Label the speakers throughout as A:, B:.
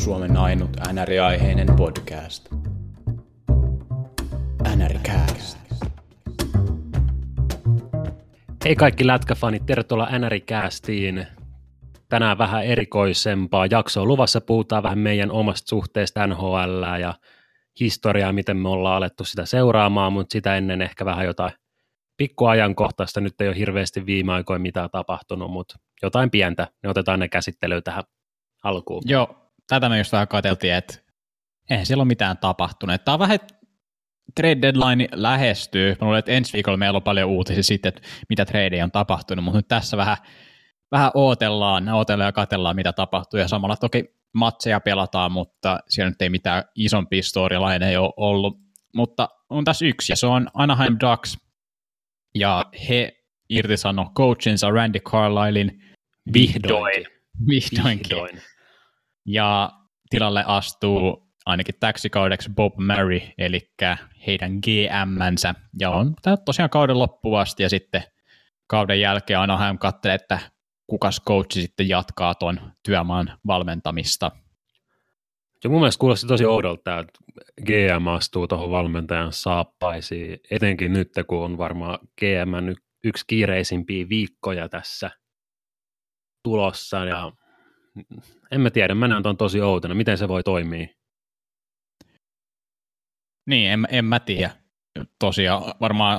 A: Suomen ainut NR-aiheinen podcast. NR-cast.
B: Hei kaikki lätkäfanit, tervetuloa NR-castiin. Tänään vähän erikoisempaa jaksoa luvassa. Puhutaan vähän meidän omasta suhteesta NHL ja historiaa, miten me ollaan alettu sitä seuraamaan, mutta sitä ennen ehkä vähän jotain pikkuajankohtaista. Nyt ei ole hirveästi viime aikoina mitään tapahtunut, mutta jotain pientä. Ne otetaan ne käsittelyyn tähän alkuun.
A: Joo, tätä me just vähän katseltiin, että eihän siellä ole mitään tapahtunut. Tämä on vähän trade deadline lähestyy. Mä luulen, että ensi viikolla meillä on paljon uutisia sitten, että mitä tradeja on tapahtunut, mutta nyt tässä vähän odotellaan ja katsellaan, mitä tapahtuu. Ja samalla toki matseja pelataan, mutta siellä nyt ei mitään isompia storylineja ole ollut. Mutta on tässä yksi, ja se on Anaheim Ducks. Ja he irtisano coachinsa Randy Carlylein vihdoinkin. Ja tilalle astuu ainakin täksi kaudeksi Bob Murray, eli heidän GM-nsä. Ja on tosiaan kauden loppuun asti, ja sitten kauden jälkeen Anaheim katselee, että kukas coachi sitten jatkaa ton työmaan valmentamista.
B: Ja mun mielestä kuulosti tosi oudolta, että GM astuu tuohon valmentajan saappaisiin, etenkin nyt, kun on varmaan GM yksi kiireisimpiä viikkoja tässä tulossa, ja en mä tiedä, mä näen ton tosi outona, miten se voi toimia.
A: Niin, en mä tiedä. Tosiaan varmaan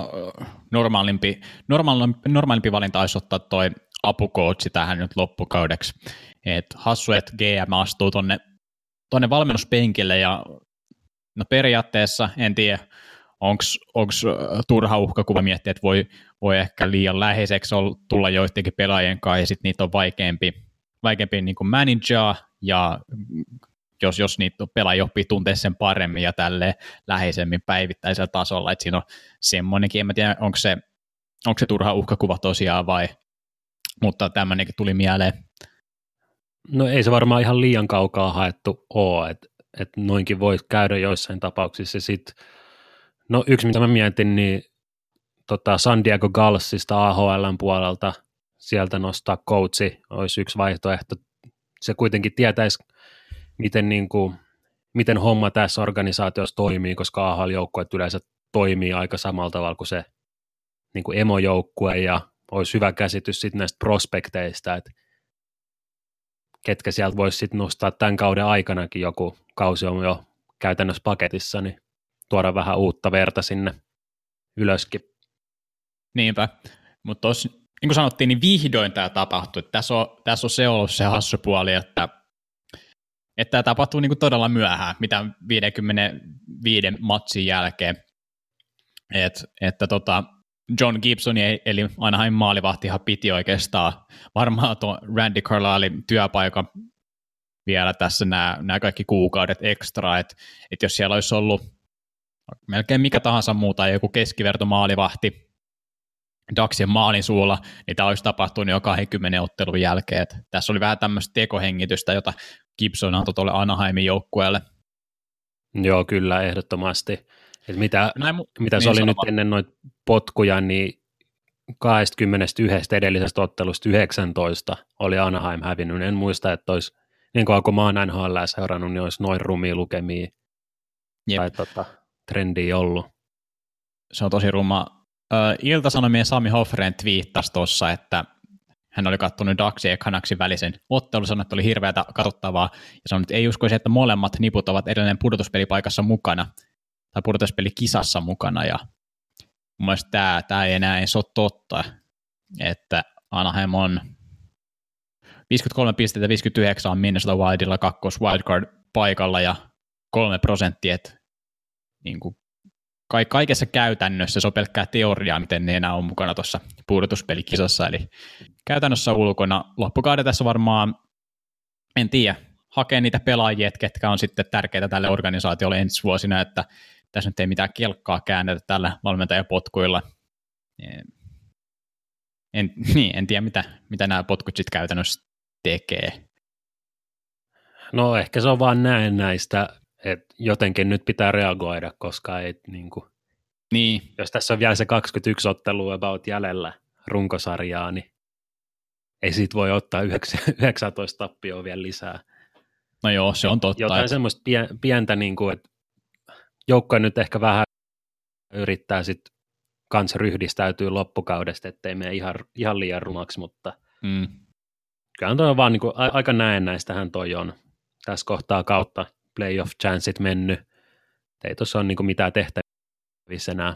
A: normaalimpi valinta olisi ottaa toi apukoutsi tähän nyt loppukaudeksi. Et hassu, että GM astuu tonne valmennuspenkille, ja no periaatteessa en tiedä, onko turha uhkakuva miettiä, että voi ehkä liian läheiseksi tulla joidenkin pelaajien kanssa, ja sitten niitä on vaikeampi niin kuin manager, ja jos niitä pelaajia oppii tuntea sen paremmin ja tälleen läheisemmin päivittäisellä tasolla, että siinä on semmoinenkin, en mä tiedä, onko se turha uhkakuva tosiaan vai, mutta tämmöinenkin tuli mieleen.
B: No ei se varmaan ihan liian kaukaa haettu ole, että noinkin voi käydä joissain tapauksissa. Sitten, no yksi mitä mä mietin, niin San Diego Gulsista AHL:n puolelta sieltä nostaa coachi olisi yksi vaihtoehto. Se kuitenkin tietäisi, miten homma tässä organisaatiossa toimii, koska AHL-joukkueet yleensä toimii aika samalla tavalla kuin se niin kuin emojoukkue, ja olisi hyvä käsitys sitten näistä prospekteista, että ketkä sieltä voisi sitten nostaa tämän kauden aikanakin, joku kausi on jo käytännössä paketissa, niin tuoda vähän uutta verta sinne ylöskin.
A: Niinpä, mutta tuossa, niin kuin sanottiin, niin vihdoin tämä tapahtui. Tässä on se ollut se hassu puoli, että tämä tapahtuu niin kuin todella myöhään, mitä 55 matsin jälkeen. Että John Gibson, eli Anaheim maalivahtihan piti oikeastaan varmaan tuon Randy Carlylein työpaikan vielä tässä nämä kaikki kuukaudet ekstra, että jos siellä olisi ollut melkein mikä tahansa muuta, joku keskiverto maalivahti Ducksien maalin suulla, niin tämä olisi tapahtunut jo 20 ottelun jälkeen. Että tässä oli vähän tämmöistä tekohengitystä, jota Gibson antoi tuolle Anaheimin joukkueelle.
B: Joo, kyllä, ehdottomasti. Et mitä
A: niin
B: se oli nyt ennen noita potkuja, niin 21 edellisestä ottelusta 19 oli Anaheim hävinnyt. En muista, että olisi, niin kuin kun mä oon NHL seurannut, niin olisi noin rumia lukemia tai trendiä ollut.
A: Se on tosi ruma. Ilta-Sanomien Sami Hoffren twiittasi tuossa, että hän oli katsonut Ducksin ja Canucksin välisen ottelun, sanoi, että oli hirveätä katsottavaa, ja sanoi, että ei uskoisi, että molemmat niput ovat edelleen pudotuspelipaikassa mukana, tai pudotuspelikisassa mukana, ja mun mielestä tämä ei enää edes ole totta, että Anaheim on 53 pistettä, 59 on Minnesota Wildilla kakkos wildcard-paikalla, ja 3%, että niin kuin kaikessa käytännössä se on pelkkää teoriaa, miten ne enää on mukana tuossa pudotuspelikisassa, eli käytännössä ulkona. Loppukauden tässä varmaan, en tiedä, hakee niitä pelaajia, ketkä on sitten tärkeitä tälle organisaatiolle ensi vuosina, että tässä nyt ei mitään kelkkaa käännetä tällä valmentajapotkuilla. En tiedä, mitä nämä potkut sitten käytännössä tekee.
B: No ehkä se on vaan näistä, että jotenkin nyt pitää reagoida, koska ei
A: niin.
B: Jos tässä on vielä se 21 ottelua about jäljellä runkosarjaa, niin ei siitä voi ottaa 19 tappioa vielä lisää.
A: No joo, se on totta.
B: Jotain semmoista pientä, niin kuin, että joukkoja nyt ehkä vähän yrittää sitten kans ryhdistäytyy loppukaudesta, ettei mene ihan liian rumaksi, mutta kyllä toi on vaan niin kuin, aika näennäistähän toi on tässä kohtaa kautta playoff chanceit mennyt. Ei tuossa ole niin kuin mitään tehtävissä enää.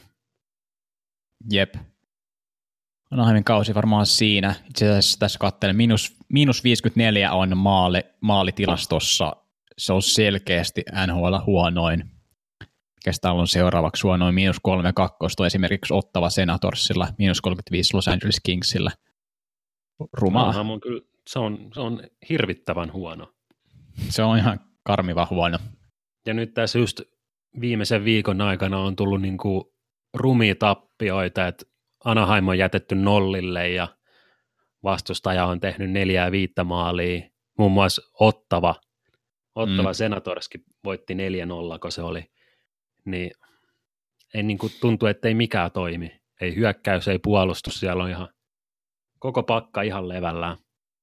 A: Jep. Anaheimin kausi varmaan siinä. Itse asiassa tässä katselen, miinus 54 on maalitilastossa. Se on selkeästi NHL huonoin. Mikäs täällä on seuraavaksi huonoin? Miinus 32 esimerkiksi Ottawa Senatorsilla, miinus 35 Los Angeles Kingsillä. Rumaa.
B: Se on hirvittävän huono.
A: Se on ihan karmiva huono.
B: Ja nyt tässä just viimeisen viikon aikana on tullut niin kuin rumia tappioita, että Anaheim on jätetty nollille ja vastustaja on tehnyt 4-5 maalia. Muun muassa Ottawa Senatorskin voitti 4-0, kun se oli. Niin ei niin kuin tuntuu, että ei mikään toimi. Ei hyökkäys, ei puolustus, siellä on ihan koko pakka ihan levällään.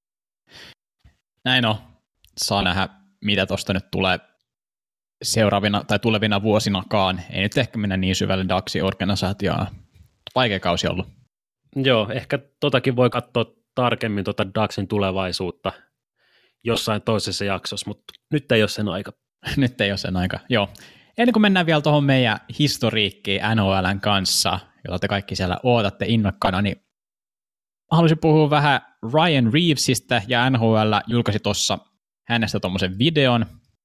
A: Näin on. Saa nähdä, mitä tuosta nyt tulee seuraavina tai tulevina vuosinakaan. Ei nyt ehkä mennä niin syvälle Ducksin organisaatioon. Vaikea kausi ollut.
B: Joo, ehkä totakin voi katsoa tarkemmin Ducksin tulevaisuutta jossain toisessa jaksossa, mutta nyt ei ole sen aika.
A: Nyt ei ole sen aika, joo. Ennen kuin mennään vielä tuohon meidän historiikkiin NHL:n kanssa, jota te kaikki siellä ootatte innokkaana, niin haluaisin puhua vähän Ryan Reevesistä, ja NHL julkaisi tuossa hänestä tuommoisen videon,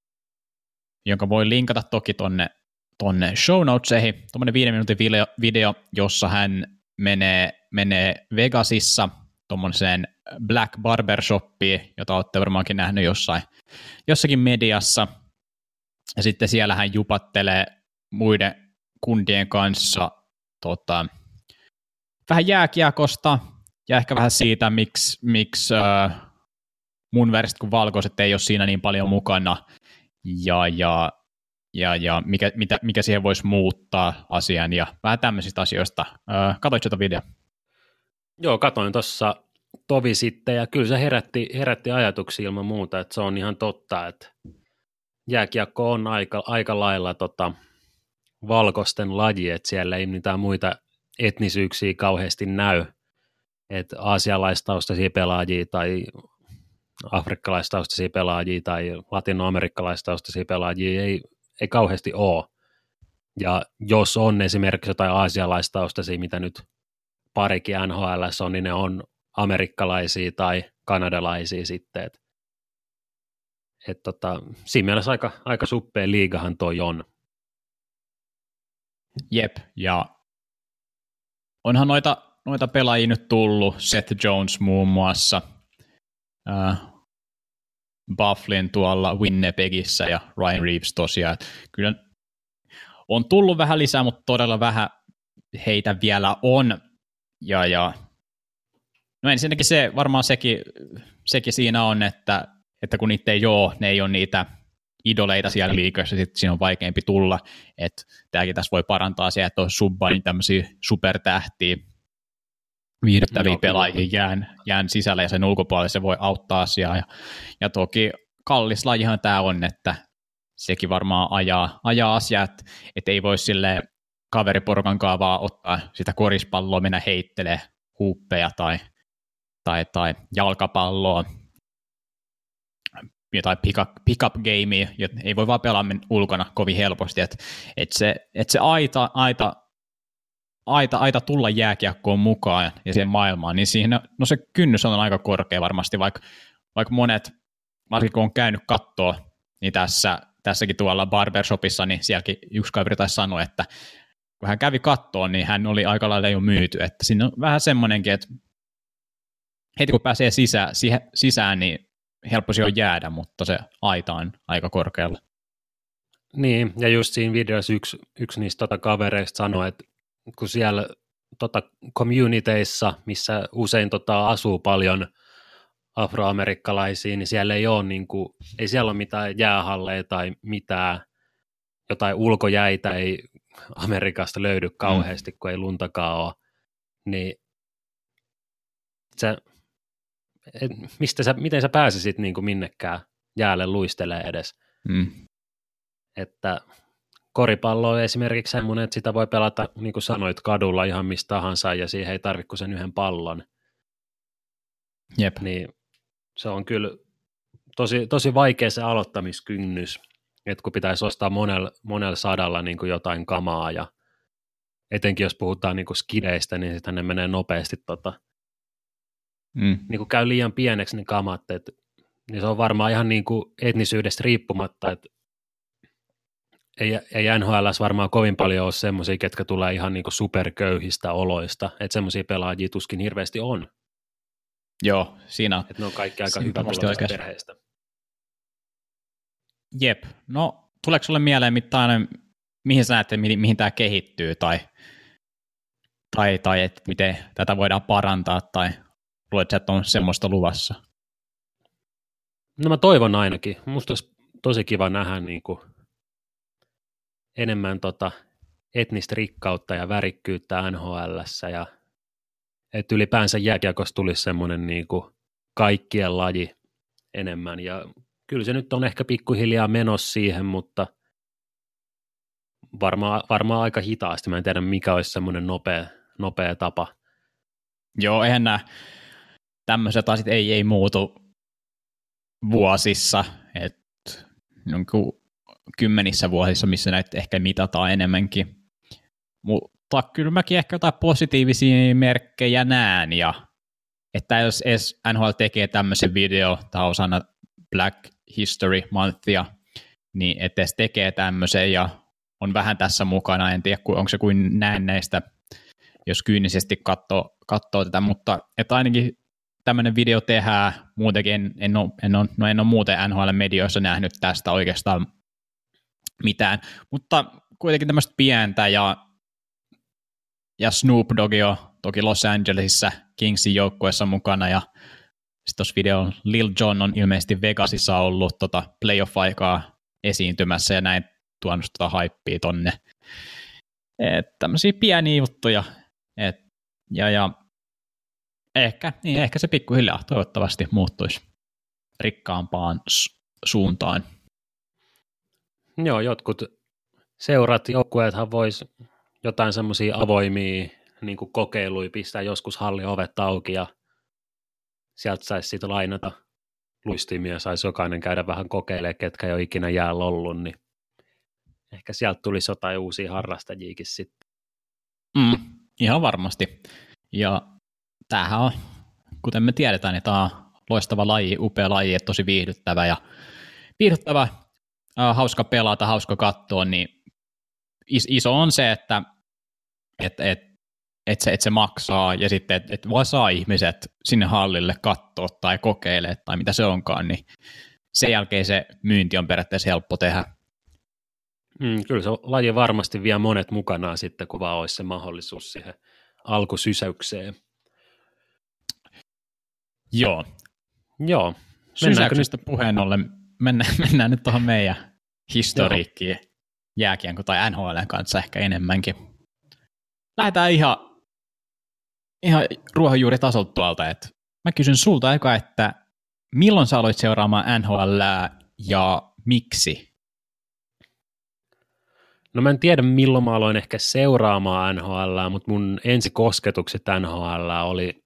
A: jonka voi linkata toki tonne show notesihin, tuommoinen 5 minuutin video, jossa hän menee Vegasissa tuommoiseen Black Barbershoppiin, jota olette varmaankin nähnyt jossakin mediassa, ja sitten siellä hän jupattelee muiden kundien kanssa vähän jääkiekosta, ja ehkä vähän siitä, miksi mun väriset kuin valkoiset ei ole siinä niin paljon mukana, ja mikä siihen voisi muuttaa asian, ja vähän tämmöisistä asioista. Katoitko sitä video?
B: Joo, katoin tuossa tovi sitten, ja kyllä se herätti ajatuksia ilman muuta, että se on ihan totta, että jääkiekko on aika lailla valkoisten laji, että siellä ei mitään muita etnisyyksiä kauheasti näy, että aasialaistaustaisia pelaajia tai afrikkalaistaustaisia pelaajia tai latinoamerikkalaistaustaisia pelaajia ei kauheasti ole. Ja jos on esimerkiksi jotain aasialaistaustaisia, mitä nyt parikin NHL:ssä on, niin ne on amerikkalaisia tai kanadalaisia sitten. Siinä mielessä aika suppea liigahan toi on.
A: Jep, ja onhan noita pelaajia nyt tullut, Seth Jones muun muassa, Bufflin tuolla Winnipegissä ja Ryan Reeves tosiaan. Kyllä on tullut vähän lisää, mutta todella vähän heitä vielä on. No ensinnäkin se, varmaan sekin siinä on, että kun niitä ei ole, ne ei ole niitä idoleita siellä liigassa, sitten siinä on vaikeampi tulla, että tämäkin tässä voi parantaa se, että on subbain tämmöisiä supertähtiä, viihdyttäviä pelaajia jään sisällä ja sen ulkopuolella se voi auttaa asiaa. Ja toki kallis lajihan tämä on, että sekin varmaan ajaa asiaa, että ei voi silleen kaveriporukan kaavaa ottaa sitä korispalloa, mennä heittelee huuppeja tai jalkapalloa, jotain pick-up gamea, ei voi vaan pelaa ulkona kovin helposti, että se aita tulla jääkiekkoon mukaan ja siihen maailmaan, niin siihen, no se kynnys on aika korkea varmasti, vaikka monet, varsinkin kun on käynyt kattoa, niin tässäkin tuolla barbershopissa, niin sielläkin yksi kaveri taisi sanoa, että kun hän kävi kattoon, niin hän oli aika lailla jo myyty, että siinä on vähän semmoinenkin, että heti kun pääsee sisään, niin helppo se on jäädä, mutta se aita on aika korkealla.
B: Niin, ja just siinä videossa yksi niistä kavereista sanoi, että kun siellä communiteissa, missä usein asuu paljon afroamerikkalaisia, niin siellä ei ole, ei siellä ole mitään jäähalleja tai mitään, jotain ulkojäitä ei Amerikasta löydy kauheasti, kun ei luntakaan ole, niin miten sä pääsisit minnekään jäälle luistelee edes.
A: Mm.
B: Että koripallo on esimerkiksi semmoinen, että sitä voi pelata, niin kuin sanoit, kadulla ihan mistä tahansa, ja siihen ei tarvitse kuin sen yhden pallon.
A: Jep.
B: Niin se on kyllä tosi vaikea se aloittamiskynnys, että kun pitäisi ostaa monella sadalla niin kuin jotain kamaa, ja etenkin jos puhutaan niin kuin skideistä, niin sitten ne menee nopeasti, niin kuin käy liian pieneksi ne kamat, niin se on varmaan ihan niin kuin etnisyydestä riippumatta, että ei NHL:ssä varmaan kovin paljon ole semmoisia, ketkä tulee ihan niin kuin superköyhistä oloista, että semmoisia pelaajia tuskin hirveästi on.
A: Joo, siinä.
B: Että ne on kaikki aika hyvätuloisista perheistä.
A: Jep. No, tuleeko sulle mieleen mihin sä näette, mihin tämä kehittyy, tai että miten tätä voidaan parantaa, tai luulet, että on semmoista luvassa?
B: No mä toivon ainakin. Musta olisi tosi kiva nähdä niin kuin enemmän etnistä rikkautta ja värikkyyttä NHL:ssä, ja että ylipäänsä jääkiekossa tulisi semmoinen niin kuin kaikkien laji enemmän, ja kyllä se nyt on ehkä pikkuhiljaa menossa siihen, mutta varmaan aika hitaasti. Mä en tiedä, mikä olisi semmoinen nopea tapa.
A: Joo, eihän nämä tämmöiset asiat ei muutu vuosissa, että kymmenissä vuosissa, missä näitä ehkä mitataan enemmänkin. Mutta kyllä mäkin ehkä jotain positiivisia merkkejä näen, ja että jos edes NHL tekee tämmöisen video, tai osana Black History Monthia, niin että edes tekee tämmöisen, ja on vähän tässä mukana, en tiedä, onko se kuin näennäistä, jos kyynisesti katsoo tätä, mutta että ainakin tämmöinen video tehdään, muutenkin en ole muuten NHL-medioissa nähnyt tästä oikeastaan mitään, mutta kuitenkin tämmöistä pientä, ja Snoop Dogg on toki Los Angelesissa Kingsin joukkueessa mukana, ja sitten tuossa video Lil Jon on ilmeisesti Vegasissa ollut playoff-aikaa esiintymässä, ja näin tuonut haippia tonne. Tämmöisiä pieniä juttuja, ja ehkä se pikkuhiljaa toivottavasti muuttuisi rikkaampaan suuntaan.
B: Joo, jotkut seurat, joukkueethan vois jotain semmoisia avoimia niin kuin kokeiluja pistää joskus hallin ovet auki, ja sieltä saisi sitten lainata luistimia, saisi jokainen käydä vähän kokeilemaan, ketkä ei ole ikinä jäällä ollut, niin ehkä sieltä tulisi jotain uusia harrastajiakin sitten.
A: Ihan varmasti. Ja tämähän on, kuten me tiedetään, niin tämä on loistava laji, upea laji, että tosi viihdyttävä, hauska pelata, hauska katsoa, niin iso on se, että se maksaa, ja sitten, että vaan saa ihmiset sinne hallille katsoa tai kokeilemaan tai mitä se onkaan, niin sen jälkeen se myynti on periaatteessa helppo tehdä.
B: Kyllä se laji varmasti vie monet mukanaan sitten, kun vaan olisi se mahdollisuus siihen alkusysäykseen.
A: Joo.
B: Sysäyksestä
A: puheen ollen mennään nyt tuohon meidän historiikkiin jääkiekon tai NHL:n kanssa ehkä enemmänkin. Lähdetään ihan ruohonjuuritasolta tuolta. Mä kysyn sulta eka, että milloin sä aloit seuraamaan NHL:ää ja miksi?
B: No mä en tiedä, milloin mä aloin ehkä seuraamaan NHL:ää, mutta mun ensikosketukset NHL:ää oli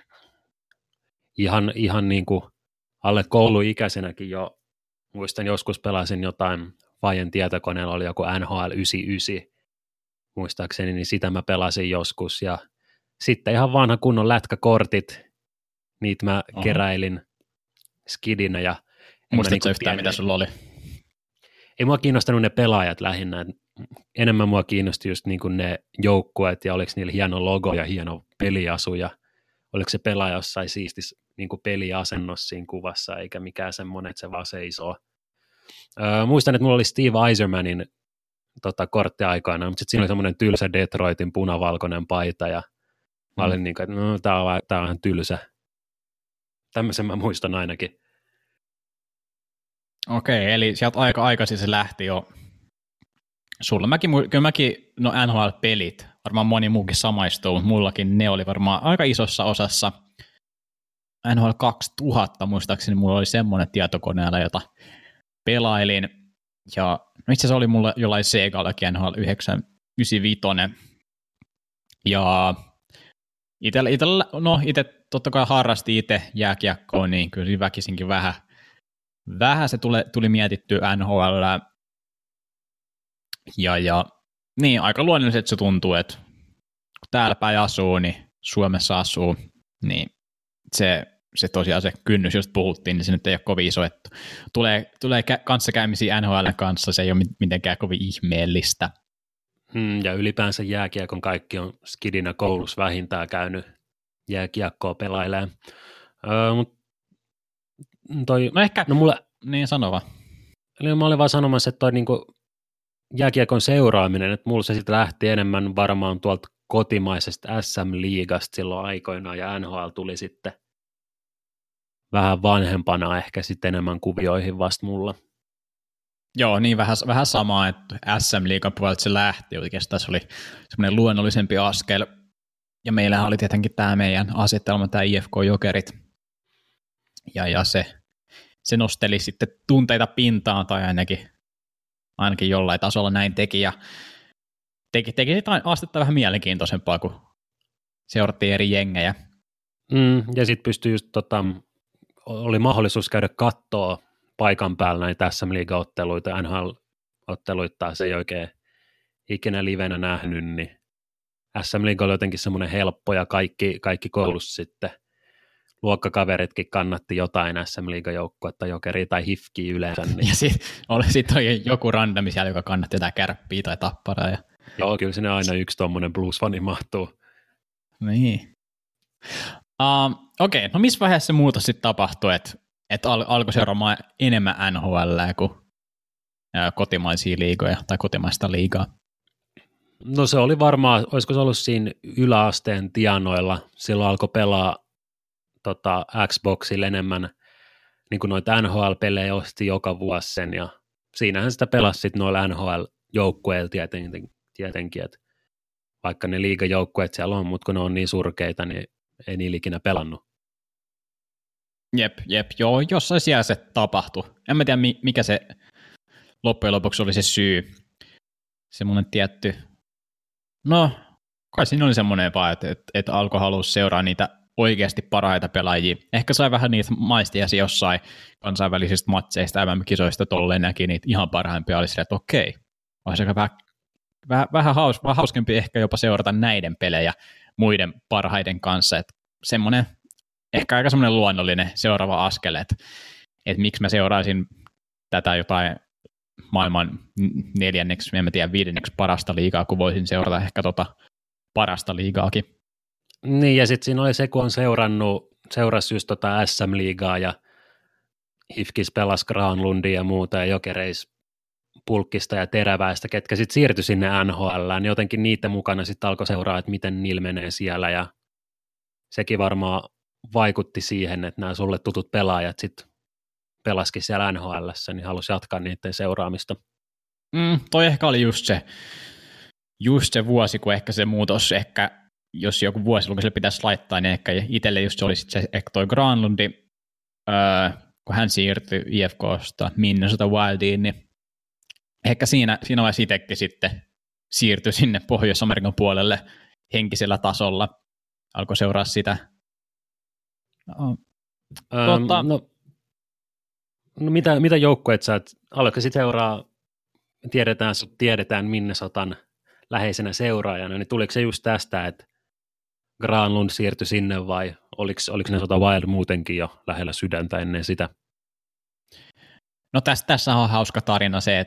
B: ihan niin kuin alle kouluikäisenäkin jo. Muistan, joskus pelasin jotain, Fajen tietokoneella oli joku NHL 99, muistaakseni, niin sitä mä pelasin joskus, ja sitten ihan vanha kunnon lätkäkortit, niitä mä keräilin skidinä. Ja
A: muistatko yhtään, mitä sulla oli?
B: Ei mua kiinnostanut ne pelaajat lähinnä, enemmän mua kiinnosti just niin kuin ne joukkueet, ja oliko niillä hieno logo ja hieno peliasu, ja oliko se pelaaja jossain siistis niin kuin peliasennossa siinä kuvassa, eikä mikään semmoinen, että se vaan seisoo. Muistan, että mulla oli Steve Eisermanin kortti aikana, mutta sitten siinä oli semmoinen tylsä Detroitin punavalkoinen paita, ja mä olin niin kuin, että no, tää on ihan tylsä. Tämmöisen mä muistan ainakin.
A: Okei, eli sieltä aika aikaisin se lähti jo. Kyllä mäkin, NHL-pelit, varmaan moni muukin samaistuu, mutta mullakin ne oli varmaan aika isossa osassa. NHL 2000 muistaakseni mulla oli semmoinen tietokoneella, jota pelailin, ja no itse asiassa oli mulla jollain Segallakin NHL 995, ja itse totta kai harrasti itse jääkiekkoa, niin kyllä väkisinkin vähän se tuli mietittyä NHL, ja niin aika luonnollisesti se tuntuu, että kun täällä päin asuu, niin Suomessa asuu, niin se tosiaan se kynnys, josta puhuttiin, niin se nyt ei ole kovin iso, että tulee kanssakäymisiä NHL:n kanssa, se ei ole mitenkään kovin ihmeellistä.
B: Ja ylipäänsä jääkiekon kaikki on skidinä koulussa vähintään käynyt jääkiekkoa pelailemaan.
A: Niin sano vaan.
B: Eli mä olin vaan sanomassa, että toi niinku jääkiekon seuraaminen, että mulla se sitten lähti enemmän varmaan tuolta kotimaisesta SM-liigasta silloin aikoinaan, ja NHL tuli sitten vähän vanhempana ehkä sitten enemmän kuvioihin vasta mulla.
A: Joo, niin vähän samaa, että SM-liigan puolelta se lähti oikeastaan, se oli semmoinen luonnollisempi askel, ja meillähän oli tietenkin tämä meidän asetelma, tämä IFK Jokerit, ja se nosteli sitten tunteita pintaan, tai ainakin jollain tasolla näin teki, ja teki sitä astetta vähän mielenkiintoisempaa, kun seurattiin eri jengejä.
B: Ja sitten pystyi just, oli mahdollisuus käydä katsoa paikan päällä näitä SM-liiga-otteluita, NHL-otteluita taas ei oikein ikinä livenä nähnyt, niin SM-liiga oli jotenkin semmoinen helppo, ja kaikki koulussa sitten luokkakaveritkin kannatti jotain SM-liigajoukkuetta, Jokeria tai Hifkiä yleensä. Niin.
A: Ja sitten oli joku randami siellä, joka kannatti jotain Kärppiä tai Tapparaa.
B: Joo, kyllä sinne aina yksi tommonen blues-fani mahtuu.
A: Niin. Okei, no missä vaiheessa se muutos sitten tapahtui, että alkoi seuraamaan enemmän NHL kuin kotimaisia liigoja tai kotimaista liigaa?
B: No se oli varmaan, olisiko se ollut siinä yläasteen tienoilla, silloin alkoi pelaa Xboxilla enemmän, niin kuin noita NHL-pelejä osti joka vuosi sen, ja siinähän sitä pelasi sitten noilla NHL-joukkueilla tietenkin, että vaikka ne liigajoukkueet siellä on, mutta kun ne on niin surkeita, niin ei niillä ikinä pelannut.
A: Jep, joo, jossain siellä se tapahtui. En mä tiedä, mikä se loppujen lopuksi oli se syy. Semmoinen tietty, no kai siinä oli semmoinen vaan, että alkoi halua seuraa niitä oikeasti parhaita pelaajia. Ehkä sai vähän niitä maistiasi jossain kansainvälisistä matseista, MM-kisoista tolleen näki niitä ihan parhaimpia, oli sille, että okei, olisi aika vähän hauskempi ehkä jopa seurata näiden pelejä muiden parhaiden kanssa, että semmoinen, ehkä aika semmoinen luonnollinen seuraava askel, että miksi mä seuraisin tätä jotain maailman 4., en tiedä 5. parasta liigaa, kun voisin seurata ehkä parasta liigaakin.
B: Niin, ja sitten siinä oli se, kun on seurasi just SM-liigaa, ja Hifkis pelasi Granlundia ja muuta, ja Jokereis Pulkkista ja Teräväistä, ketkä sitten siirtyi sinne NHL:ään, niin jotenkin niitä mukana sitten alkoi seuraa, että miten niillä menee siellä, ja sekin varmaan vaikutti siihen, että nämä sulle tutut pelaajat sitten pelasikin siellä NHL:ssä, niin halusi jatkaa niiden seuraamista.
A: Toi ehkä oli just se vuosi, kun ehkä se muutos, ehkä jos joku vuosi, kun se pitäisi laittaa, niin ehkä itselle just se oli sitten se, ehkä toi Granlundi, kun hän siirtyi IFK:sta Minnesota Wildiin, niin ehkä siinä vaiheessa itsekin sitten siirtyi sinne Pohjois-Amerikan puolelle henkisellä tasolla. Alkoi seuraa sitä.
B: No mitä joukkueet sä alkaisit seuraa, tiedetään Minnesotan läheisenä seuraajana, niin tuliko se just tästä, että Granlund siirtyi sinne vai oliko Minnesota Wild muutenkin jo lähellä sydäntä ennen sitä?
A: No tässä on hauska tarina se,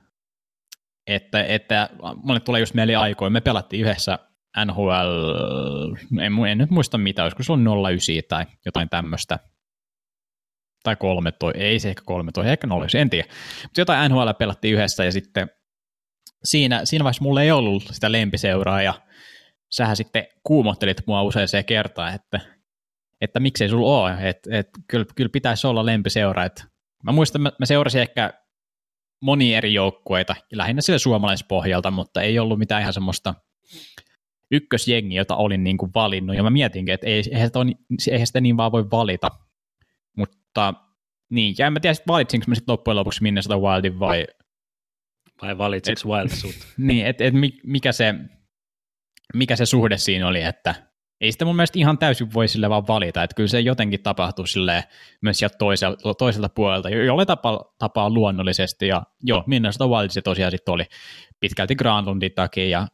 A: että mulle tulee just mieli aikoin, me pelattiin yhdessä NHL, en nyt muista mitä, olisiko se on 09 tai jotain tämmöistä, tai 13, ei se ehkä 13, ehkä 09, en tiedä, mutta jotain NHL pelattiin yhdessä, ja sitten siinä vaiheessa mulla ei ollut sitä lempiseuraa, ja sähän sitten kuumottelit mua useaseen kertaan, että miksei sulla ole, että kyllä pitäisi olla lempiseura, että mä muistan, mä seurasin ehkä monia eri joukkueita, lähinnä sillä suomalaispohjalta, mutta ei ollut mitään ihan semmoista ykkösjengi, jota olin niin kuin valinnut, ja mä mietinkin, että eihän sitä niin vaan voi valita, mutta niin, ja en mä tiedä, valitsinko mä sitten loppujen lopuksi Minnesota Wildin vai
B: valitsinko Wild sut?
A: Niin, että mikä se suhde siinä oli, että ei sitä mun mielestä ihan täysin voi sille vaan valita, että kyllä se jotenkin tapahtuu silleen myös sieltä toiselta puolelta, jolle tapaa luonnollisesti, ja joo, Minnesota Wild se tosiaan sitten oli pitkälti Granlundin takia,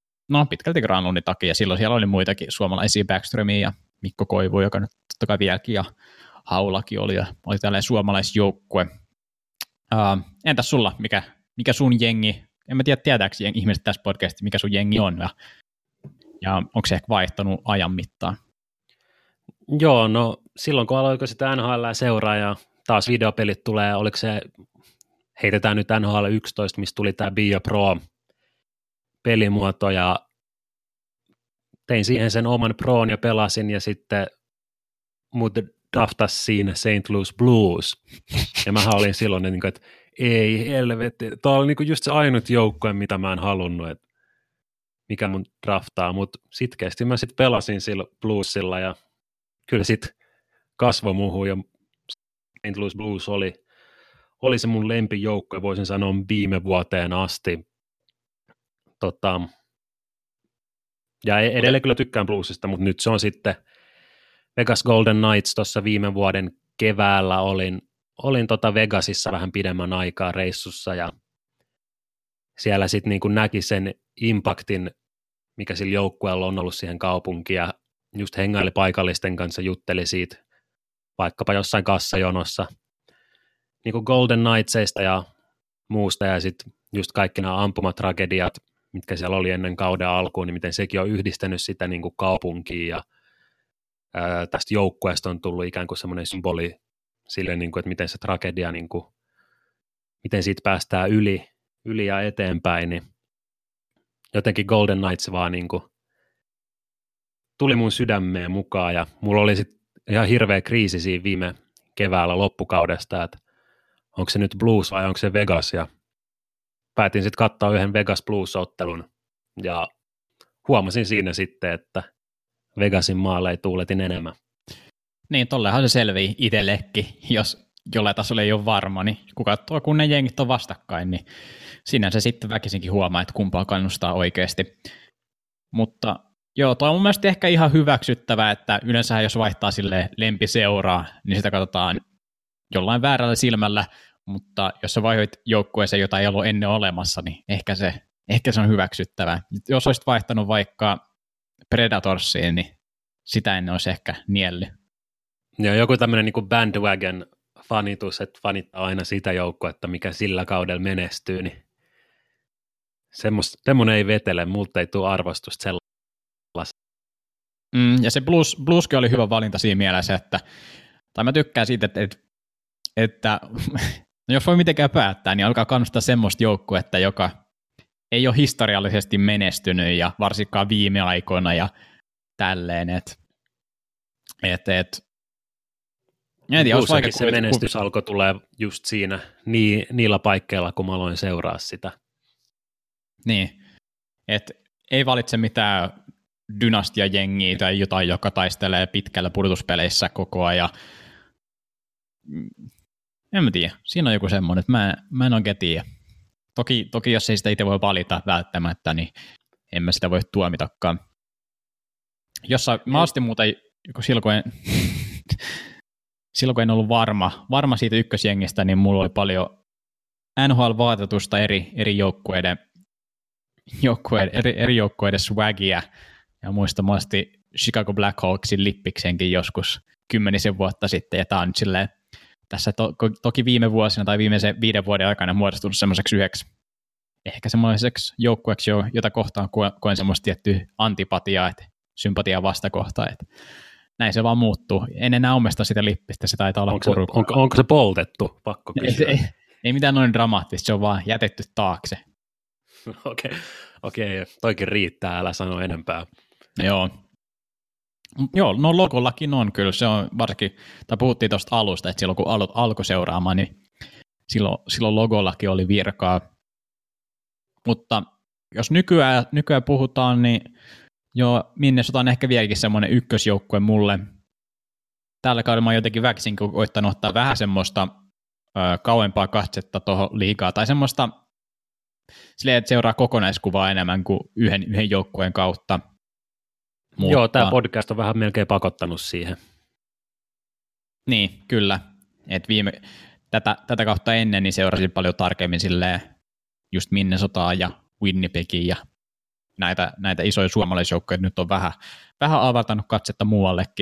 A: ja silloin siellä oli muitakin suomalaisia Backstromia ja Mikko Koivu, joka nyt totta kai vieläkin, ja Haulakin oli, ja oli tällainen suomalaisjoukkue. Entäs sulla, mikä sun jengi, en mä tiedä tietääkö ihmiset tässä podcastissa, mikä sun jengi on, ja onko se ehkä vaihtanut ajan mittaan?
B: Joo, no silloin kun aloiko sitä NHL seuraa ja taas videopelit tulee, oliko se, heitetään nyt NHL 11, mistä tuli tämä Bio Pro pelimuoto ja tein siihen sen oman Proon ja pelasin ja sitten mut draftas siinä St. Louis Blues ja mähän olin silloin, että ei helvetti, tämä oli just se ainut joukkue, mitä mä en halunnut, että mikä mun draftaa, mutta sitkeästi mä sitten pelasin sillä Bluesilla ja kyllä sitten kasvoi muuhun ja St. Louis Blues oli se mun lempijoukkue, voisin sanoa viime vuoteen asti. Ja edelleen kyllä tykkään Bluesista, mutta nyt se on sitten Vegas Golden Knights tuossa viime vuoden keväällä olin Vegasissa vähän pidemmän aikaa reissussa ja siellä sitten niin näki sen impaktin, mikä sillä joukkueella on ollut siihen kaupunkiin ja just hengaili paikallisten kanssa, jutteli siitä vaikkapa jossain kassajonossa niin kuin Golden Knightsista ja muusta ja sitten just kaikki nämä ampumatragediat, mitkä siellä oli ennen kauden alkuun, niin miten sekin on yhdistänyt sitä niin kuin kaupunkiin ja tästä joukkueesta on tullut ikään kuin semmoinen symboli sille, niin kuin, että miten se tragedia, niin kuin, miten siitä päästään yli ja eteenpäin, niin jotenkin Golden Knights vaan niin kuin tuli mun sydämeen mukaan ja mulla oli sitten ihan hirveä kriisi siinä viime keväällä loppukaudesta, että onko se nyt Blues vai onko se Vegas ja päätin sitten katsoa yhden Vegas Blues-ottelun ja huomasin siinä sitten, että Vegasin maalle ei tuuletin enemmän.
A: Niin, tollehan se selvii itsellekin, jos jollain tasolla ei ole varma, niin kun katsoo, kun ne jengit on vastakkain, niin sinänsä sitten väkisinkin huomaa, että kumpaa kannustaa oikeasti. Mutta joo, toi on mun mielestä ehkä ihan hyväksyttävää, että yleensä jos vaihtaa sille lempiseuraa, niin sitä katsotaan jollain väärällä silmällä, mutta jos sä vaihdoit joukkueeseen, jota ei ollut ennen olemassa, niin ehkä se on hyväksyttävää. Jos olisit vaihtanut vaikka Predatorsiin, niin sitä ennen olisi ehkä nielly.
B: Joo, joku tämmöinen niin kuin bandwagon fanitus, että fanittaa aina sitä joukkuetta, mikä sillä kaudella menestyy, niin semmoinen ei vetele, multa ei tule arvostusta sellaista.
A: Ja se Blueskin oli hyvä valinta siinä mielessä, tai mä tykkään siitä, että jos voi mitenkään päättää, niin alkaa kannustaa semmoista joukkuetta, joka ei ole historiallisesti menestynyt ja varsinkaan viime aikoina ja tälleen,
B: Bluesakin se menestys alkoi tulee just siinä niillä paikkeilla, kun mä aloin seuraa sitä.
A: Niin, että ei valitse mitään dynastiajengiä tai jotain, joka taistelee pitkällä pudotuspeleissä koko ajan. En mä tiedä, siinä on joku semmoinen, että mä en oikein tiedä. Toki jos ei sitä itse voi valita välttämättä, niin en mä sitä voi tuomitakaan. Mä astin muuten, silloin kun en ollut varma siitä ykkösjengistä, niin mulla oli paljon NHL-vaatetusta eri joukkueiden swagia, ja muistamasti Chicago Blackhawksin lippiksenkin joskus 10 vuotta sitten, ja tää on nyt silleen, tässä toki viime vuosina tai viimeisen 5 vuoden aikana muodostunut semmoiseksi ehkä semmoiseksi joukkueeksi, jota kohtaan koen semmoista tiettyä antipatiaa, että sympatiaa vastakohtaa, että näin se vaan muuttuu. En enää omesta sitä lippistä, se taitaa olla porukkaa.
B: Onko se poltettu? Pakko kysyä.
A: Ei mitään noin dramaattista, se on vaan jätetty taakse.
B: Okei, toikin riittää, älä sano enempää.
A: Joo, no logollakin on kyllä, se on varsinkin, tai puhuttiin tuosta alusta, että silloin kun alkoi seuraamaan, niin silloin logollakin oli virkaa. Mutta jos nykyään puhutaan, niin Joo, Minnesota on ehkä vieläkin semmoinen ykkösjoukkue mulle. Tällä kaudella mä oon jotenkin väkisin koittanut ottaa vähän semmoista kauempaa katsetta tuohon liigaa, tai semmoista silleen, että seuraa kokonaiskuvaa enemmän kuin yhden joukkueen kautta.
B: Mutta... Joo, tämä podcast on vähän melkein pakottanut siihen.
A: Niin, kyllä. Et tätä kautta ennen niin seurasin paljon tarkemmin silleen just Minnesotaa ja Winnipegia ja näitä isoja suomalaisjoukkoja nyt on vähän avartanut katsetta muuallekin.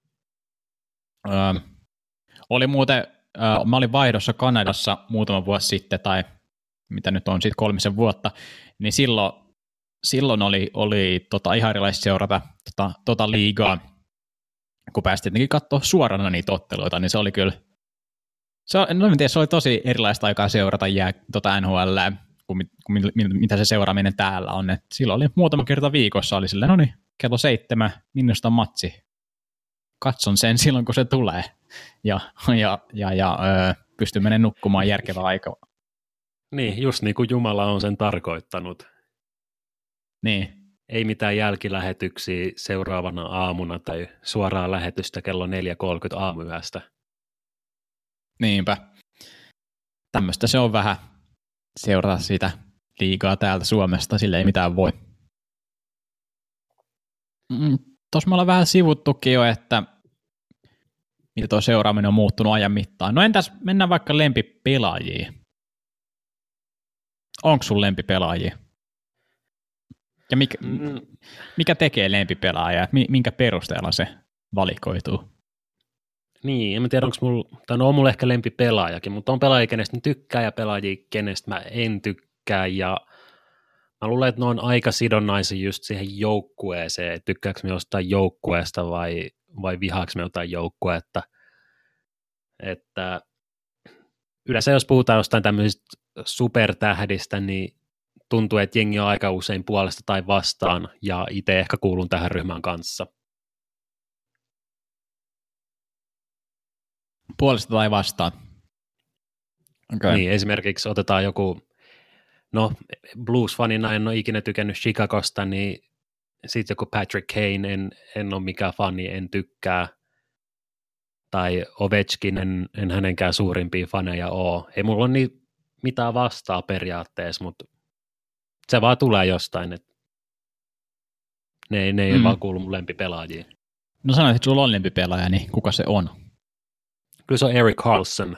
A: Oli muuten, mä olin vaihdossa Kanadassa muutama vuosi sitten, tai mitä nyt on sitten 3 vuotta, niin silloin oli ihan erilaista seurata liigaa, kun päästiin jotenkin katsoa suorana niitä otteluita, niin se oli kyllä, se oli tosi erilaista aikaa seurata NHL, kuin mitä se seuraaminen täällä on. Et silloin oli muutama kerta viikossa, oli silleen, no niin, kello 7, minusta matsi. Katson sen silloin, kun se tulee. Ja pystyn menemään nukkumaan järkevää aikaa.
B: Niin, just niin kuin Jumala on sen tarkoittanut.
A: Niin.
B: Ei mitään jälkilähetyksiä seuraavana aamuna tai suoraa lähetystä kello 4.30 aamuyöstä.
A: Niinpä. Tämmöistä se on vähän seurata sitä liigaa täältä Suomesta, sille ei mitään voi. Tuossa me ollaan vähän sivuttukin jo, että mitä tuo seuraaminen on muuttunut ajan mittaan. No entäs mennään vaikka lempipelaajiin. Onko sun lempipelaajia? Ja mikä tekee lempipelaajaa? Minkä perusteella se valikoituu?
B: Niin, en tiedä, on mulla ehkä lempipelaajakin, mutta on pelaajia, kenestä ne tykkää ja pelaajia, kenestä mä en tykkää. Ja mä luulen, että ne on aika sidonnaisia just siihen joukkueeseen. Tykkääkö me jostain joukkueesta vai vihaako me jotain joukkuetta? Että yleensä jos puhutaan jostain tämmöisistä supertähdistä, niin tuntuu, että jengi on aika usein puolesta tai vastaan, ja itse ehkä kuulun tähän ryhmään kanssa.
A: Puolesta tai vastaan? Okay.
B: Niin, esimerkiksi otetaan joku, no Blues-fanina en ole ikinä tykännyt Chicagosta, niin sitten joku Patrick Kane, en ole mikään fani, en tykkää. Tai Ovechkin, en hänenkään suurimpia faneja ole. Ei mulla ole niin mitään vastaa periaatteessa, mutta se vaan tulee jostain, että ne ei vaan kuulu mun lempipelaajiin.
A: No sanoit, että sulla on lempipelaaja, niin kuka se on?
B: Kyllä se on Erik Karlsson.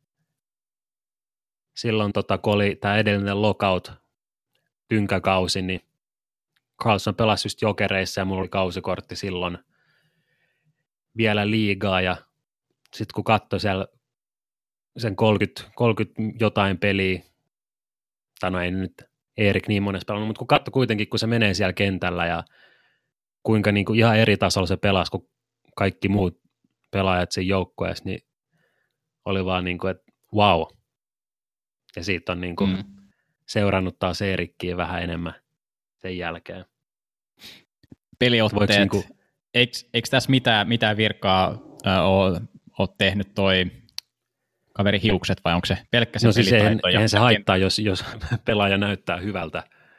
B: Silloin kun oli tämä edellinen lockout tynkäkausi, niin Karlsson pelasi just Jokereissa ja mulla oli kausikortti silloin vielä liigaa ja sitten kun katsoi siellä sen 30 jotain peliä, tai no ei nyt Erik niin monessa pelannut, mutta kun katsoi kuitenkin, kun se menee siellä kentällä ja kuinka niin kuin ihan eri tasolla se pelasi kuin kaikki muut pelaajat siinä joukkueessa, niin oli vaan niin kuin, että wow. Ja siitä on niin kuin seurannut taas Eerikkiä vähän enemmän sen jälkeen.
A: Peliotteet, niin eikö tässä mitään virkaa ole tehnyt toi kaveri hiukset, vai onko se pelkkä se pelitaito?
B: Eihän se haittaa, jos pelaaja näyttää hyvältä.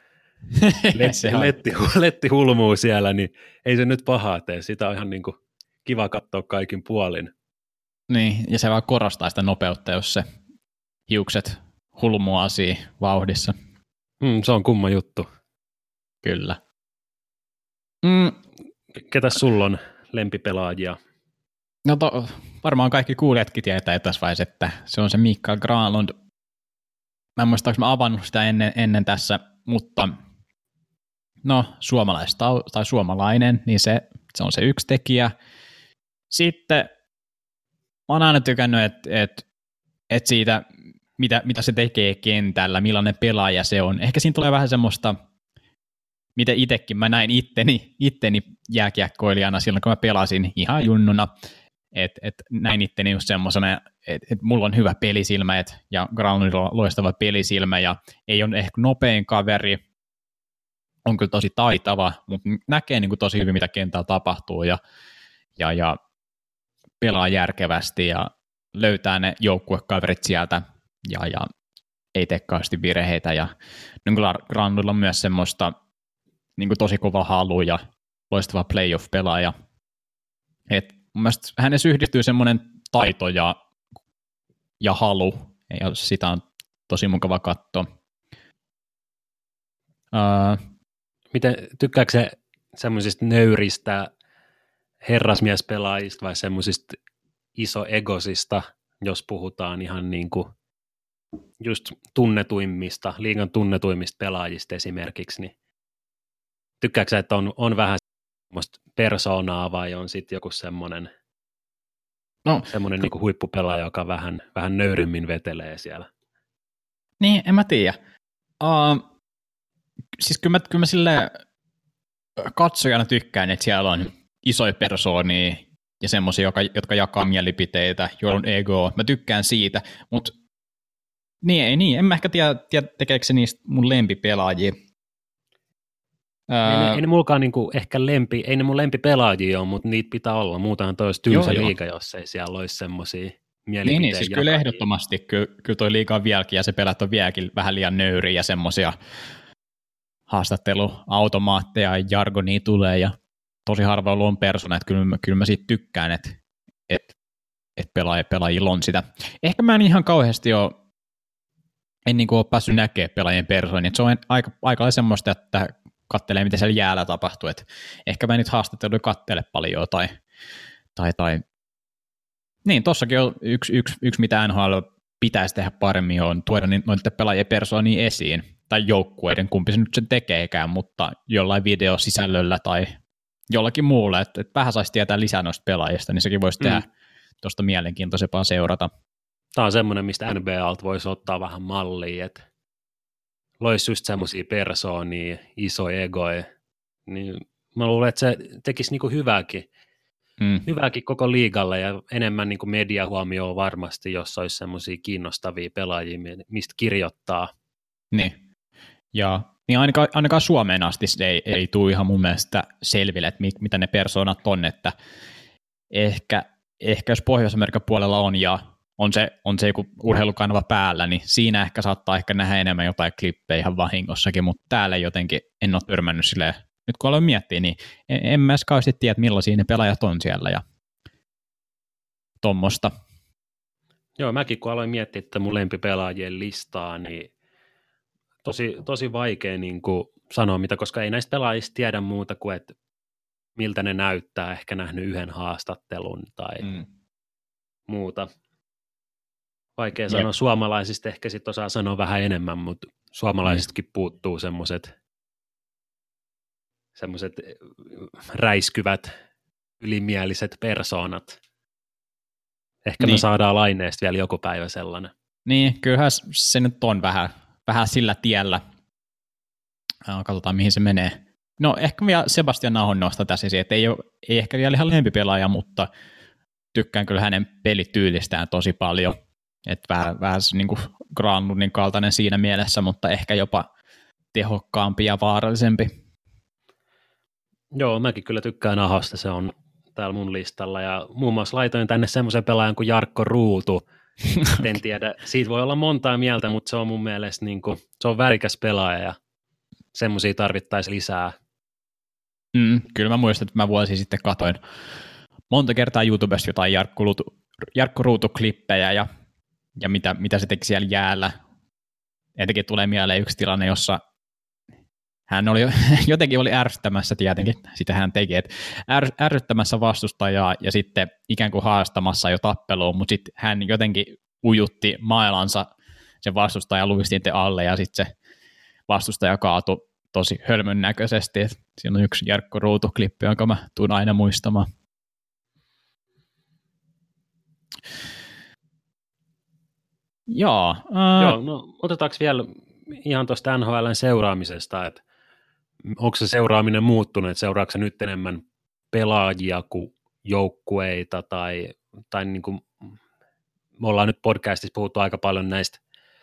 B: Letti hulmuu siellä, niin ei se nyt pahaa tee. Sitä on ihan niin kuin kiva katsoa kaikin puolin.
A: Niin, ja se vaan korostaa sitä nopeutta, jos se hiukset hulmuu siinä vauhdissa.
B: Se on kumma juttu.
A: Kyllä.
B: Ketäs sulla on lempipelaajia?
A: No varmaan kaikki kuulijatkin tietää tässä vaiheessa, että se on se Mikael Granlund. Mä en muista, onko mä avannut sitä ennen tässä, mutta no suomalainen, niin se on se yksi tekijä. Sitten mä oon aina tykännyt, että siitä, mitä se tekee kentällä, millainen pelaaja se on. Ehkä siinä tulee vähän semmoista, mitä itsekin mä näin itteni jääkiekkoilijana silloin, kun mä pelasin ihan junnuna, että näin itteni just semmoisena, että mulla on hyvä pelisilmä, ja Granlundilla on loistava pelisilmä, ja ei ole ehkä nopein kaveri, on kyllä tosi taitava, mutta näkee niin kuin tosi hyvin, mitä kentällä tapahtuu, ja pelaa järkevästi, ja löytää ne joukkuekaverit sieltä, ja ei tee kauheasti virheitä, ja niin Granlundilla on myös semmoista niin kuin tosi kova halu, ja loistava playoff-pelaaja. Et mun mielestä hänessä yhdistyy semmoinen taito ja halu, ja sitä on tosi mukava katsoa.
B: Miten, tykkääkö se semmoisista nöyristä herrasmiespelaajista vai semmoisista isoegosista, jos puhutaan ihan niin kuin just tunnetuimmista, liigan tunnetuimmista pelaajista esimerkiksi, niin tykkääkö sä, että on vähän semmoista persoonaa vai on sitten joku semmoinen niin kuin huippupelaaja, joka vähän nöyrymmin vetelee siellä?
A: Niin, en mä tiedä. Siis kyllä mä silleen katsojana tykkään, että siellä on isoja persoonia ja semmoisia, jotka jakaa mielipiteitä, joilla on egoa. Mä tykkään siitä, mutta en mä ehkä tiedä tekeekö se niistä mun lempipelaajia.
B: Ei ne mulkaan niinku ehkä ei ne mun lempipelaajia ole, mutta niitä pitää olla. Muutenhan toi olisi tylsä liiga, jos ei siellä olisi semmoisia mielipiteitä. Niin,
A: siis kyllä ehdottomasti. Kyllä toi liiga on vieläkin, ja se pelät on vieläkin vähän liian nöyriä, ja semmoisia haastatteluautomaatteja ja jargonia tulee, ja tosi harvoin on persona, että kyllä mä siitä tykkään, että pelaajilla on sitä. Ehkä mä en ihan kauheasti en niin kuin ole päässyt näkemään pelaajien persoonia, että se on aika semmoista, että kattelee, mitä siellä jäällä tapahtuu, että ehkä mä nyt haastatteluja kattele paljon tai niin, tossakin on yksi mitä NHL pitäisi tehdä paremmin, on tuoda noiden pelaajien persoonia esiin, tai joukkueiden, kumpi se nyt sen tekeekään, mutta jollain videosisällöllä tai jollakin muulla, että vähän saisi tietää lisää noista pelaajista, niin sekin voisi tehdä tuosta mielenkiintoisempaa seurata.
B: Tämä on semmoinen, mistä NBAlta voisi ottaa vähän mallia, että loisi just semmoisia persoonia, isoja egoja, niin mä luulen, että se tekisi niinku hyvääkin koko liigalle ja enemmän niinku mediahuomioon varmasti, jos olisi semmoisia kiinnostavia pelaajia, mistä kirjoittaa. Niin,
A: ja niin ainakaan Suomeen asti se ei tule ihan mun mielestä selville, että mitä ne persoonat on, että ehkä jos Pohjois-Amerikan puolella on ja on se joku urheilukanava päällä, niin siinä ehkä saattaa nähdä enemmän jotain klippejä ihan vahingossakin, mutta täällä jotenkin en ole törmännyt silleen, nyt kun aloin miettiä, niin en mä kauheasti tiedä, millaisia ne pelaajat on siellä ja tommosta.
B: Joo, mäkin kun aloin miettiä että mun lempipelaajien listaa, niin tosi vaikea niin kuin sanoa mitä, koska ei näistä pelaajista tiedä muuta kuin, että miltä ne näyttää, ehkä nähnyt yhden haastattelun tai muuta. Vaikea sanoa suomalaisista, ehkä sitten osaa sanoa vähän enemmän, mutta suomalaisistakin puuttuu semmoiset räiskyvät, ylimieliset persoonat. Ehkä me saadaan Laineesta vielä joku päivä sellainen.
A: Niin, kyllähän se nyt on vähän sillä tiellä. Katsotaan, mihin se menee. No, ehkä vielä Sebastian Ahon nostaa tässä esiin, että ei ehkä vielä ihan lempipelaaja, mutta tykkään kyllä hänen pelityylistään tosi paljon. Että vähän niin kuin Granlundin kaltainen siinä mielessä, mutta ehkä jopa tehokkaampi ja vaarallisempi.
B: Joo, mäkin kyllä tykkään Ahosta, se on täällä mun listalla, ja muun muassa laitoin tänne semmoisen pelaajan kuin Jarkko Ruutu. En tiedä, siitä voi olla montaa mieltä, mutta se on mun mielestä niin kuin, se on värikäs pelaaja, ja semmoisia tarvittaisiin lisää.
A: Kyllä mä muistan, että mä vuosi sitten katoin monta kertaa YouTubesta jotain Jarkko Ruutu-klippejä, ja mitä se teki siellä jäällä. Etenkin tulee mieleen yksi tilanne, jossa hän oli jotenkin ärsyttämässä tietenkin, sitä hän teki, että ärsyttämässä vastustajaa ja sitten ikään kuin haastamassa jo tappeluun, mutta sitten hän jotenkin ujutti mailansa sen vastustajan luistinten alle ja sitten se vastustaja kaatui tosi hölmön näköisesti. Siinä on yksi Jarkko Ruutu-klippi, jonka mä tuun aina muistamaan.
B: Joo, no otetaanko vielä ihan tuosta NHL:n seuraamisesta, että onko se seuraaminen muuttunut, että seuraako se nyt enemmän pelaajia kuin joukkueita, tai niin kuin, me ollaan nyt podcastissa puhuttu aika paljon näistä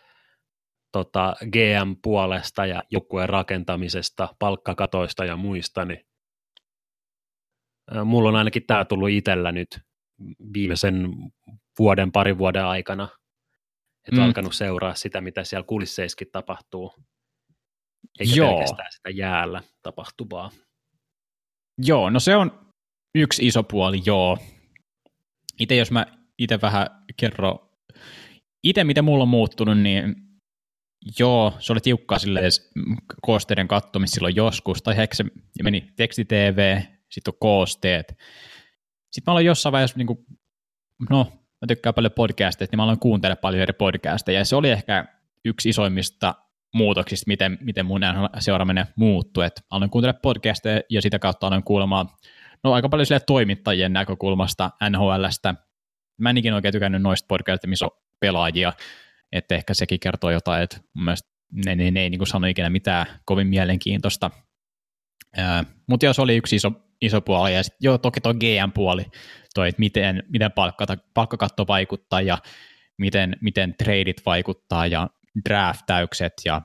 B: GM-puolesta ja joukkueen rakentamisesta, palkkakatoista ja muista, niin mulla on ainakin tämä tullut itsellä nyt viimeisen parin vuoden aikana, että alkanut seuraa sitä, mitä siellä kulisseissakin tapahtuu, eikä pelkästään sitä jäällä tapahtuvaa.
A: Joo, no se on yksi iso puoli, joo. Jos mä vähän kerron, miten mulla on muuttunut, niin joo, se oli tiukkaa silleen koosteiden kattomista silloin joskus, tai ehkä se meni teksti-tv, sitten on koosteet. Sitten mä aloin jossain vaiheessa, mä tykkään paljon podcasteista, niin mä aloin kuuntelemaan paljon eri podcasteja, ja se oli ehkä yksi isoimmista muutoksista, miten mun seuraaminen muuttui. Et aloin kuuntelemaan podcasteja, ja sitä kautta aloin kuulemaan aika paljon sille toimittajien näkökulmasta NHL:stä. Mä en ikinä oikein tykännyt noista podcasteista, missä on pelaajia, että ehkä sekin kertoo jotain, että mun mielestä ne ei niin kuin sano ikinä mitään kovin mielenkiintoista. Mutta jos oli yksi iso puoli, ja sitten toki tuo GM-puoli, että miten palkkakatto vaikuttaa, ja miten tradeit vaikuttaa, ja draftäykset, ja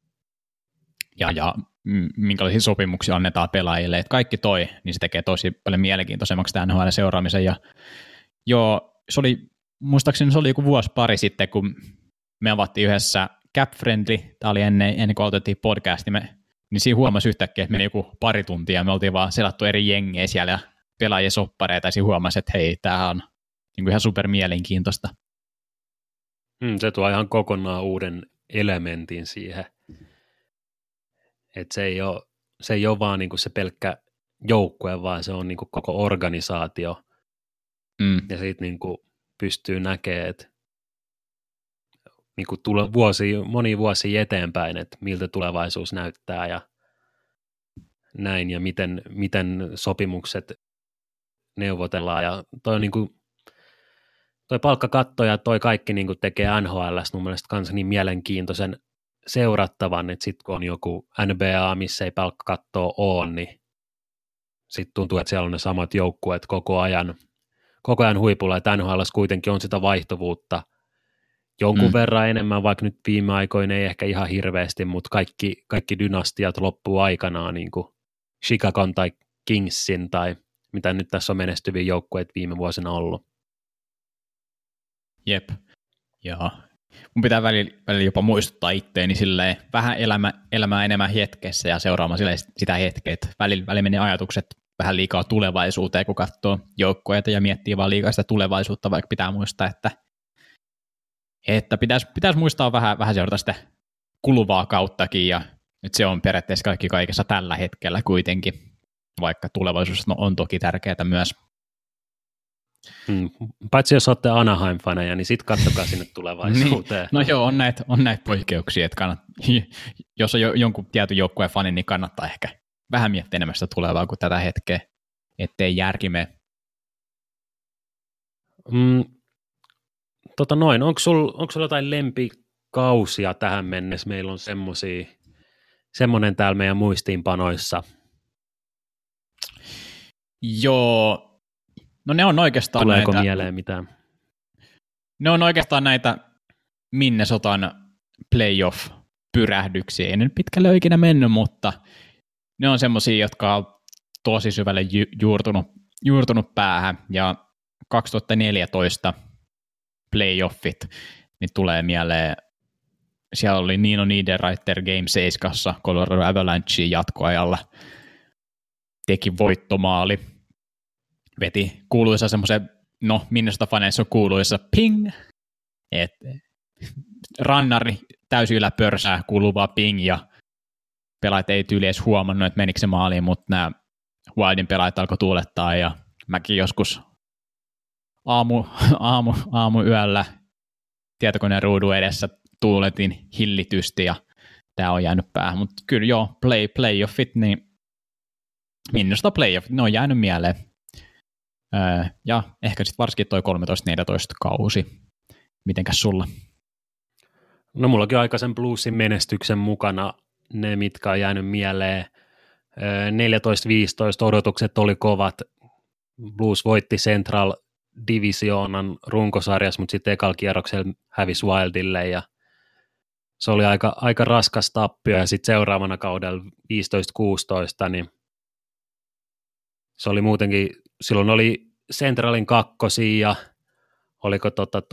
A: minkälaisia sopimuksia annetaan pelaajille, että kaikki niin se tekee tosi paljon mielenkiintoisemmaksi tämän NHL-seuraamisen, ja joo, muistaakseni se oli joku vuosi pari sitten, kun me avattiin yhdessä Cap Friendly, tämä oli ennen kuin aloitettiin podcast, niin siinä huomasi yhtäkkiä, että meni joku pari tuntia, ja me oltiin vaan selattu eri jengejä siellä, ja pelaajia soppareita, ja siinä huomasi, että hei, tämä on niin kuin ihan super mielenkiintoista.
B: Se tuo ihan kokonaan uuden elementin siihen, että se ei ole vaan niin kuin se pelkkä joukkue, vaan se on niin kuin koko organisaatio, ja siitä niin kuin pystyy näkemään, että niin kuin moni vuosi eteenpäin, että miltä tulevaisuus näyttää ja näin, ja miten sopimukset neuvotellaan, ja toi on niin kuin toi palkkakatto ja toi kaikki niin kuin tekee NHL:stä mun mielestä kanssa niin mielenkiintoisen seurattavan, että sitten kun on joku NBA, missä ei palkkakattoa ole, niin sitten tuntuu, että siellä on ne samat joukkueet koko ajan huipulla, että NHL:ssä kuitenkin on sitä vaihtuvuutta jonkun verran enemmän, vaikka nyt viime aikoina ei ehkä ihan hirveästi, mutta kaikki dynastiat loppuu aikanaan, niin kuin Chicagon tai Kingsin tai mitä nyt tässä on menestyviä joukkueet viime vuosina ollut.
A: Jep, joo. Mun pitää välillä jopa muistuttaa itteeni silleen vähän elämää enemmän hetkessä ja seuraamaan sitä hetkeä, että välillä menee ajatukset vähän liikaa tulevaisuuteen, kun katsoo joukkueita ja miettii vaan liikaa sitä tulevaisuutta, vaikka pitää muistaa, että pitäisi muistaa vähän seurata sitä kuluvaa kauttakin, ja nyt se on periaatteessa kaikessa tällä hetkellä kuitenkin, vaikka tulevaisuus on toki tärkeää myös.
B: Paitsi jos olette Anaheim-faneja, niin sitten katsokaa sinne tulevaisuuteen.
A: Niin. No joo, on näitä poikkeuksia, että jos on jonkun tietyn joukkueen fani, niin kannattaa ehkä vähän miettiä enemmän sitä tulevaa kuin tätä hetkeä, ettei järki mene.
B: Onko sulla jotain lempikausia tähän mennessä? Meillä on semmoinen täällä meidän muistiinpanoissa.
A: Joo, no ne on oikeastaan
B: Tuleeko mieleen mitään?
A: Ne on oikeastaan näitä Minnesotan playoff-pyrähdyksiä. Ei ne nyt pitkälle ikinä mennyt, mutta ne on semmoisia, jotka on tosi syvälle juurtunut päähän. Ja 2014 playoffit, niin tulee mieleen, siellä oli Nino Niederreiter Game 7 Colorado Avalanchein jatkoajalla, teki voittomaali, veti kuuluisa semmoisen, Minnesota-faneissa on kuuluisa ping, että rannari täysin yläpörsää kuuluvaa ping, ja pelaajat ei tyyli edes huomannut, että menikö se maaliin, mutta nämä Wildin pelaajat alkoi tuulettaa, ja mäkin joskus aamuyöllä tietokoneen ruudun edessä tuuletin hillitysti, ja tämä on jäänyt päähän, mutta kyllä joo, playoffit, niin Minnesota playoffit, ne on jäänyt mieleen. Ja ehkä sitten varsinkin toi 13-14 kausi. Mitenkäs sulla?
B: No mullakin on aikaisen Bluesin menestyksen mukana ne, mitkä on jäänyt mieleen. 14-15 odotukset oli kovat. Blues voitti Central Divisioonan runkosarjassa, mutta sitten ekalla kierroksella hävisi Wildille, ja se oli aika raskas tappio, ja sitten seuraavana kaudella 15-16, niin se oli muutenkin, silloin oli Centralin kakkosia, ja oliko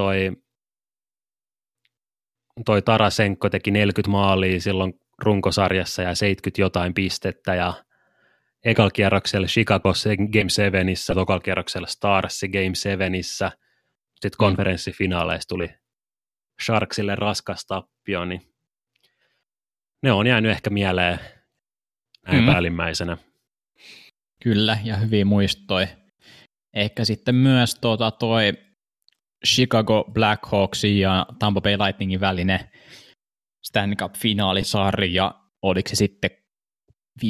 B: toi Tarasenko teki 40 maalia silloin runkosarjassa ja 70 jotain pistettä, ja ekalla kierroksella Chicagossa Game 7issä, tokalla kierroksella Stars Game 7issä, sitten konferenssifinaaleissa tuli Sharksille raskas tappio, niin ne on jäänyt ehkä mieleen näin päällimmäisenä.
A: Kyllä, ja hyviä muistoja. Ehkä sitten myös toi Chicago Blackhawksin ja Tampa Bay Lightningin välinen Stanley Cup-finaalisarja, oliko se sitten 15-16,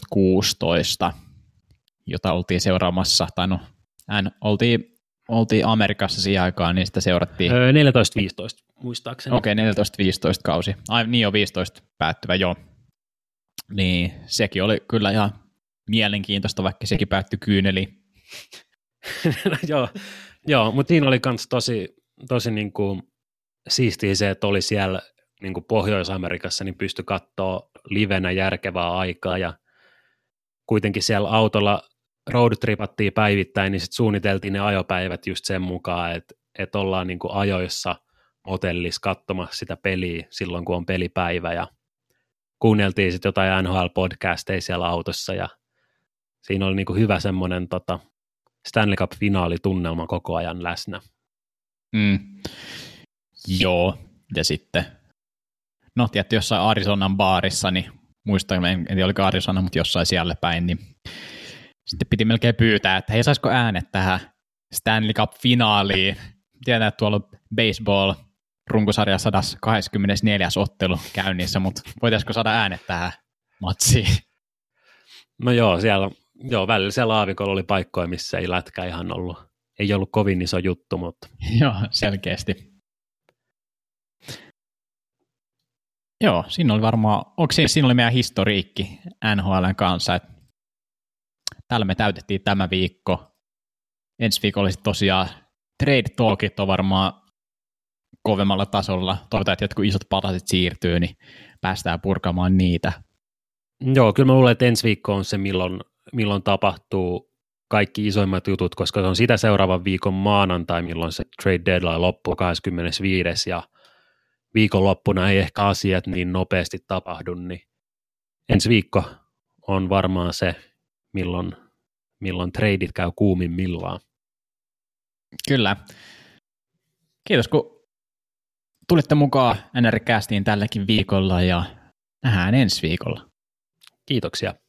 A: jota oltiin seuraamassa, tai no, oltiin Amerikassa siihen aikaan, niin sitä seurattiin.
B: 14-15, muistaakseni.
A: Okei, 14-15 kausi. Ai niin jo 15 päättyvä, joo. Niin, sekin oli kyllä ihan mielenkiintoista, vaikka sekin päättyi kyyneliin.
B: Joo, mutta siinä oli myös tosi niin kuin siistiä se, että oli siellä niin kuin Pohjois-Amerikassa, niin pystyi katsoa livenä järkevää aikaa, ja kuitenkin siellä autolla roadtripattiin päivittäin, niin sitten suunniteltiin ne ajopäivät just sen mukaan, että ollaan niin kuin ajoissa hotellissa katsomassa sitä peliä silloin, kun on pelipäivä, ja kuunneltiin sitten jotain NHL-podcasteja siellä autossa, ja siinä oli niin kuin hyvä semmoinen Stanley Cup-finaalitunnelma koko ajan läsnä.
A: Joo, ja sitten, no tietty jossain Arizonan baarissa, niin muistan, en tiedä oliko Arizona, mutta jossain siellä päin, niin sitten piti melkein pyytää, että hei, saisiko äänet tähän Stanley Cup-finaaliin. Tiedän, että tuolla on baseball-runkosarja 124. ottelu käynnissä, mutta voitaisiko saada äänet tähän matsiin?
B: No joo, välillä siellä aavikolla oli paikkoja, missä ei lätkä ihan ei ollut kovin iso juttu, mutta...
A: Joo, selkeästi. Joo, siinä oli varmaan, siinä oli meidän historiikki NHL:n kanssa, että täällä me täytettiin tämä viikko. Ensi viikolla sitten tosiaan trade talkit on varmaan kovemmalla tasolla. Toivotaan, että jotkut isot palaset siirtyy, niin päästään purkamaan niitä.
B: Joo, kyllä mä luulen, että ensi viikko on se, milloin tapahtuu kaikki isoimmat jutut, koska se on sitä seuraavan viikon maanantai, milloin se trade deadline loppuu 25. ja viikonloppuna ei ehkä asiat niin nopeasti tapahdu, niin ensi viikko on varmaan se, milloin tradeit käy kuumimmillaan.
A: Kyllä. Kiitos, kun tulitte mukaan NR-castiin tälläkin viikolla ja nähdään ensi viikolla.
B: Kiitoksia.